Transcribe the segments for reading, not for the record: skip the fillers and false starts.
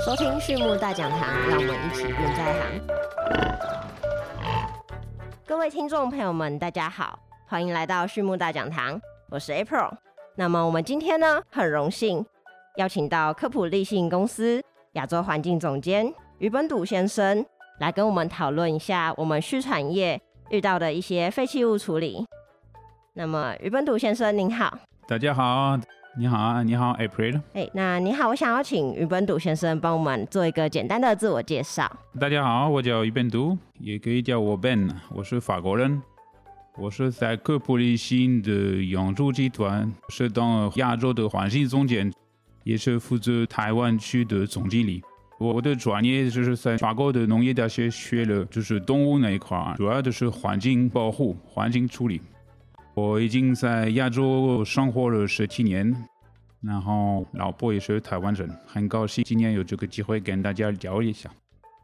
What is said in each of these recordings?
收听畜牧大讲堂，让我们一起变在行。各位听众朋友们，大家好，欢迎来到畜牧大讲堂，我是 April。那么我们今天呢，很荣幸邀请到科普利信公司亚洲环境总监于本笃先生来跟我们讨论一下我们畜产业遇到的一些废弃物处理。那么于本笃先生您好。 大家好，你好，你好 April。 那你好，我想要请于本笃先生帮我们做一个简单的自我介绍。 大家好，我叫于本笃，也可以叫我 Ben， 我是法国人。我是在科普利信的养猪集团，是当亚洲的环境总监，也是负责台湾区的总经理。我的专业就是在法国的农业大学学了，就是动物那一块，主要的是环境保护、环境处理。我已经在亚洲生活了17年，然后老婆也是台湾人，很高兴今天有这个机会跟大家聊一下。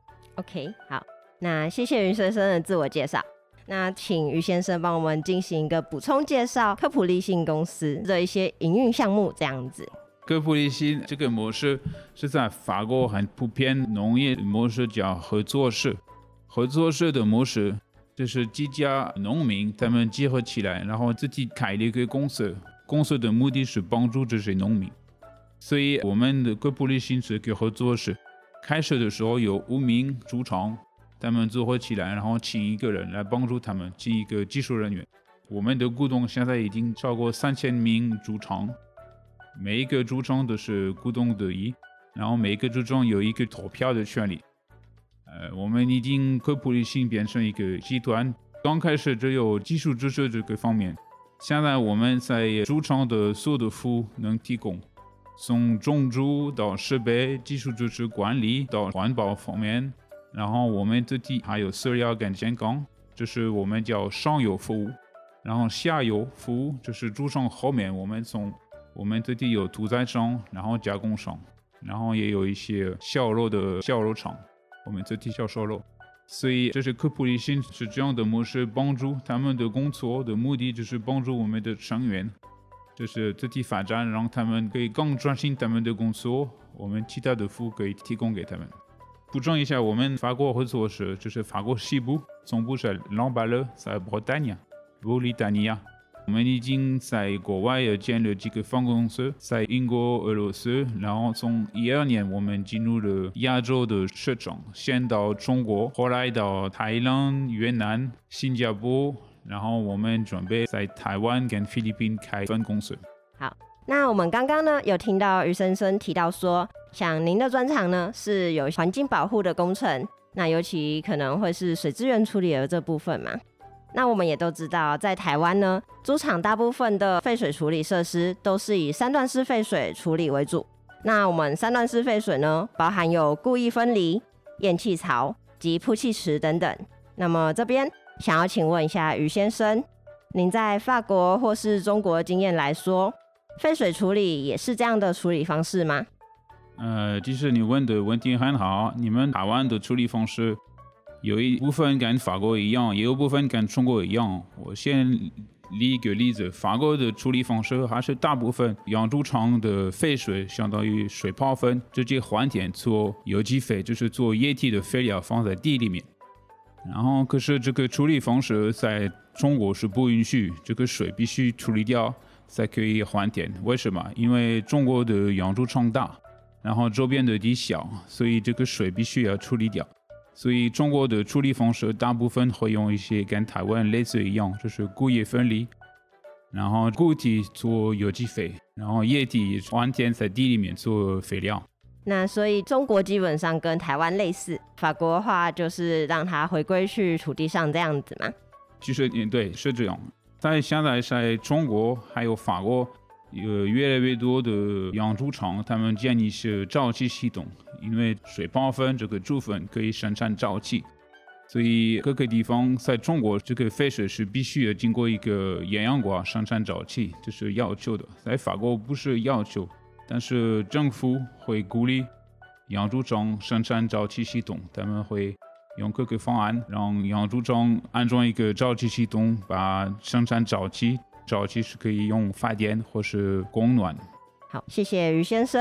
OK， 好，那谢谢于先生的自我介绍。那请于先生帮我们进行一个补充介绍科普利信公司的一些营运项目这样子。 科普利信这个模式是在法国很普遍，农业模式叫合作社。合作社的模式就是几家农民他们结合起来，然后自己开了一个公司，公司的目的是帮助这些农民。所以我们的科普利信这个合作社开始的时候有5名猪场，他们组合起来，然后请一个人来帮助他们，请一个技术人员。我们的股东现在已经超过3000名猪场，每一个猪场都是股东的1，然后每一个猪场有一个投票的权利。我们已经科普利信变成一个集团，刚开始只有技术支持这个方面，现在我们在猪场的所有的服务能提供，从种猪到设备、技术支持管理到环保方面，然后我们自己还有饲料跟健康，这是我们叫上游服务。然后下游服务就是猪场后面，我们自己有屠宰场，然后加工厂，然后也有一些销肉的销肉厂，我们自己销售肉。所以这是科普利信是这样的模式，帮助他们的工作的目的就是帮助我们的成员，就是自己发展，让他们可以更专心他们的工作，我们其他的服务可以提供给他们。补充一下，我们法国合作社就是法国西部，总部在朗巴勒，在布丹尼亚。我们已经在国外建了几个分公司，在英国、俄罗斯，然后从2012年我们进入了亚洲的市场，先到中国，后来到泰兰、越南、新加坡，然后我们准备在台湾跟菲律宾开分公司。 好，那我们刚刚呢有听到于先生提到说，像您的专长呢是有环境保护的工程，那尤其可能会是水资源处理的这部分嘛。那我们也都知道，在台湾呢，猪场大部分的废水处理设施都是以3段式废水处理为主。那我们3段式废水呢，包含有故意分离、厌气槽及曝气池等等。那么这边想要请问一下于先生，您在法国或是中国的经验来说，废水处理也是这样的处理方式吗？ 其实你问的问题很好，你们台湾的处理方式有一部分跟法国一样，也有部分跟中国一样。我先例一个例子，法国的处理方式还是大部分养猪场的废水相当于水泡分，直接还田做有机肥，就是做液体的肥料放在地里面。然后可是这个处理方式在中国是不允许，这个水必须处理掉才可以还田。为什么？因为中国的养猪场大，然后周边的地小，所以这个水必须要处理掉。所以中国的处理方式大部分会用一些跟台湾类似一样，就是固液分离，然后固体做有机肥，然后液体还田在地里面做肥料。 那所以中国基本上跟台湾类似，法国的话就是让它回归去土地上这样子嘛。 其实对，是这样。现在在中国还有法国有越来越多的养猪场，他们建议是沼气系统，因为水泡分这个猪粪可以生产沼气，所以各个地方在中国这个废水是必须要经过一个厌氧管生产沼气，这是要求的。在法国不是要求，但是政府会鼓励养猪场生产沼气系统，他们会用各个方案让养猪场安装一个沼气系统，把生产沼气是可以用发电或是供暖。 好，谢谢于先生。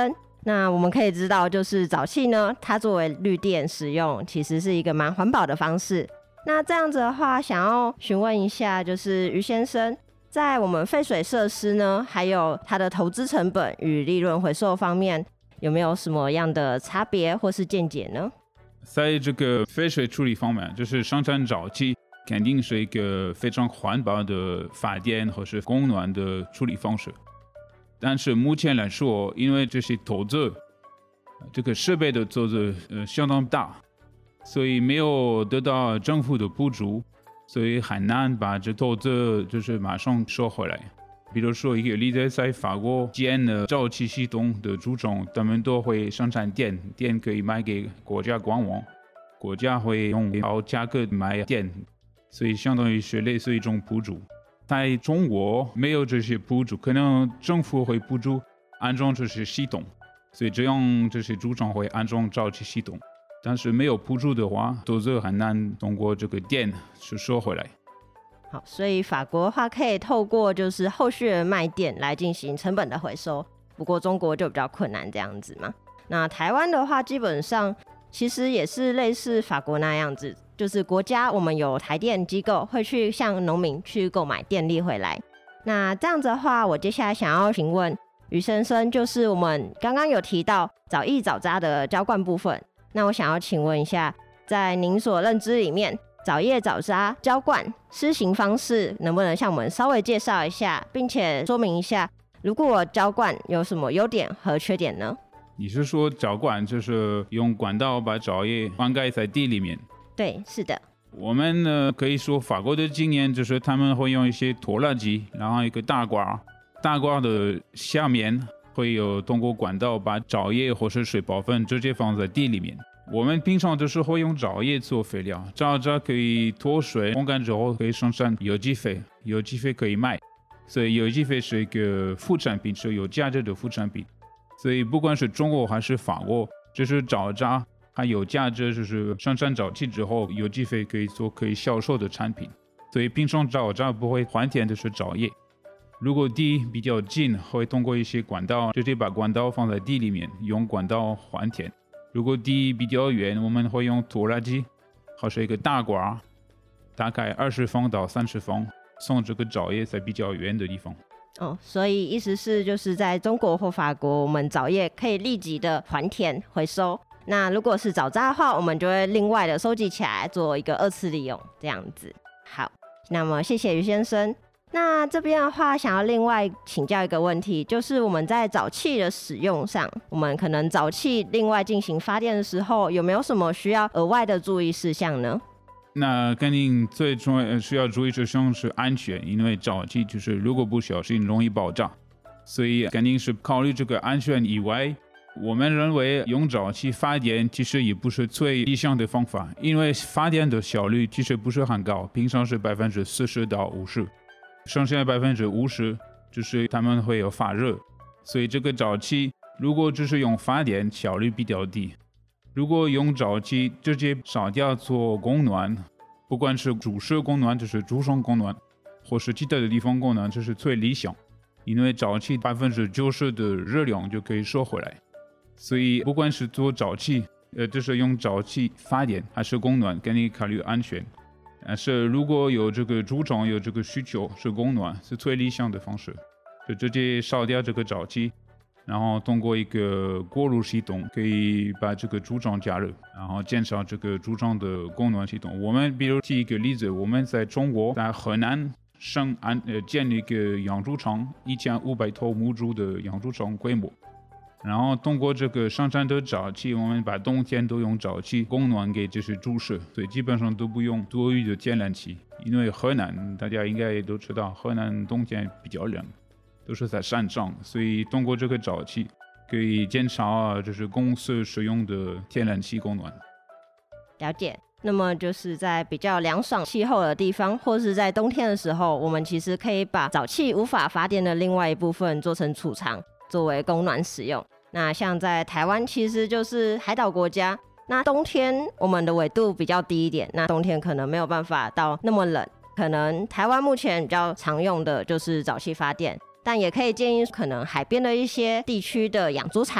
那我们可以知道，就是沼气呢，它作为绿电使用，其实是一个蛮环保的方式。那这样子的话，想要询问一下，就是于先生，在我们废水设施呢，还有它的投资成本与利润回收方面，有没有什么样的差别或是见解呢？ 在这个废水处理方面，就是生产沼气肯定是一个非常环保的发电或是供暖的处理方式。但是目前来说，因为这些投资，这个设备的投资相当大，所以没有得到政府的补助，所以很难把这投资就是马上收回来。比如说一个例子，在法国建的沼气系统的主厂，他们都会生产电，电可以卖给国家官网，国家会用高价格买电，所以相当于是类似一种补助。在中国没有这些补助，可能政府会补助安装这些系统，所以这样这些主厂会安装沼气系统。但是没有补助的话，投资很难通过这个电去收回来。 好，所以法国的话可以透过就是后续的卖电来进行成本的回收，不过中国就比较困难这样子嘛。那台湾的话，基本上其实也是类似法国那样子，就是国家我们有台电机构会去向农民去购买电力回来。那这样子的话，我接下来想要询问于先生，就是我们刚刚有提到沼液沼渣的浇灌部分，那我想要请问一下，在您所认知里面，沼液沼渣浇灌施行方式能不能向我们稍微介绍一下，并且说明一下，如果浇灌有什么优点和缺点呢？ 你是说浇灌就是用管道把沼液灌溉在地里面？ 对，是的。 我们呢可以说法国的经验就是他们会用一些拖拉机，然后一个大管的下面会有通过管道把沼液或是水泡分直接放在地里面。我们平常就是会用沼液做肥料，沼渣可以脱水烘干之后可以生产有机肥，有机肥可以卖，所以有机肥是一个副产品，是有价值的副产品。所以不管是中国还是法国，就是沼渣还有价值，就是生产沼气之后有机肥可以做可以销售的产品。所以平常沼渣不会还田的是沼液。如果地比较近，会通过一些管道直接把管道放在地里面，用管道还田。如果地比较远，我们会用拖拉机或是一个大管，大概20方到30方，送这个沼液在比较远的地方。 所以意思是就是在中国或法国，我们沼液可以立即的还田回收。那如果是沼渣的话，我们就会另外的收集起来做一个2次利用，这样子。好，那么谢谢于先生。那这边的话，想要另外请教一个问题，就是我们在沼气的使用上，我们可能沼气另外进行发电的时候，有没有什么需要额外的注意事项呢？ 那肯定最重要需要注意事项是安全，因为沼气就是如果不小心容易爆炸，所以肯定是考虑这个安全以外，我们认为用沼气发电其实也不是最理想的方法，因为发电的效率其实不是很高，平常是40%到50%，剩下50%就是他们会有发热，所以这个沼气如果只是用发电效率比较低。如果用沼气直接烧掉做供暖，不管是主室供暖，就是主上供暖，或是其他的地方供暖，这是最理想，因为沼气90%的热量就可以收回来。所以不管是做沼气，就是用沼气发电还是供暖，肯定考虑安全。但是如果有这个主张有这个需求是供暖，是最理想的方式，就直接烧掉这个沼气。然后通过一个锅炉系统可以把这个主张加热，然后减少这个主张的供暖系统。我们比如提一个例子，我们在中国在河南省建立一个养猪场，1500头母猪的养猪场规模，然后通过这个生产的沼气，我们把冬天都用沼气供暖给这些猪舍，所以基本上都不用多余的天然气。因为河南大家应该也都知道，河南冬天比较冷，都是在山上，所以通过这个沼气可以减少就是公司使用的天然气供暖。 了解。那么就是在比较凉爽气候的地方，或是在冬天的时候，我们其实可以把沼气无法发电的另外一部分做成储藏，作为供暖使用。那像在台湾其实就是海岛国家，那冬天我们的纬度比较低一点，那冬天可能没有办法到那么冷，可能台湾目前比较常用的就是沼气发电，但也可以建议可能海边的一些地区的养猪场，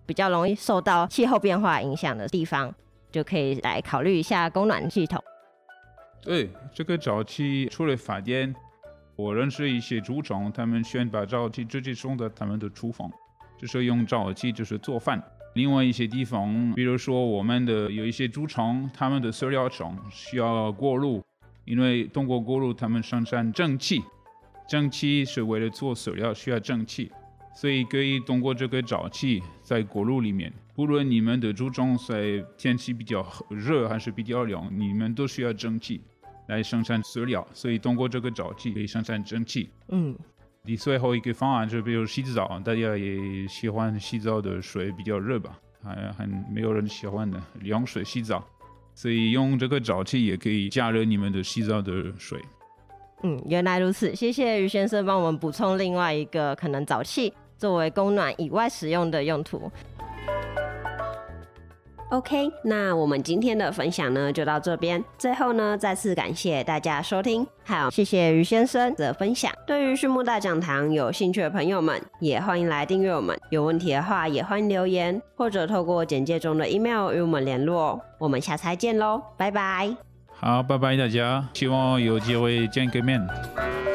比较容易受到气候变化影响的地方，就可以来考虑一下供暖系统。 对，这个沼气除了发电，我认识一些猪场，他们选把沼气直接送到他们的厨房，就是用沼气就是做饭。另外一些地方，比如说我们的有一些猪场，他们的饲料厂需要锅炉，因为通过锅炉他们生产蒸汽，蒸汽是为了做饲料需要蒸汽，所以可以通过这个沼气在锅炉里面，不论你们的猪场在天气比较热还是比较凉，你们都需要蒸汽来生产饲料，所以通过这个沼气可以生产蒸汽。第最后一个方案就比如洗澡，大家也喜欢洗澡的水比较热吧，还没有人喜欢的凉水洗澡，所以用这个沼气也可以加热你们的洗澡的水。 原来如此，谢谢于先生帮我们补充另外一个可能沼气作为供暖以外使用的用途。OK， 那我们今天的分享呢就到这边。最后呢，再次感谢大家收听，还有谢谢于先生的分享。对于畜牧大讲堂有兴趣的朋友们，也欢迎来订阅我们。有问题的话，也欢迎留言，或者透过简介中的 email 与我们联络。我们下次再见喽，拜拜。 好，拜拜大家，希望有机会见个面。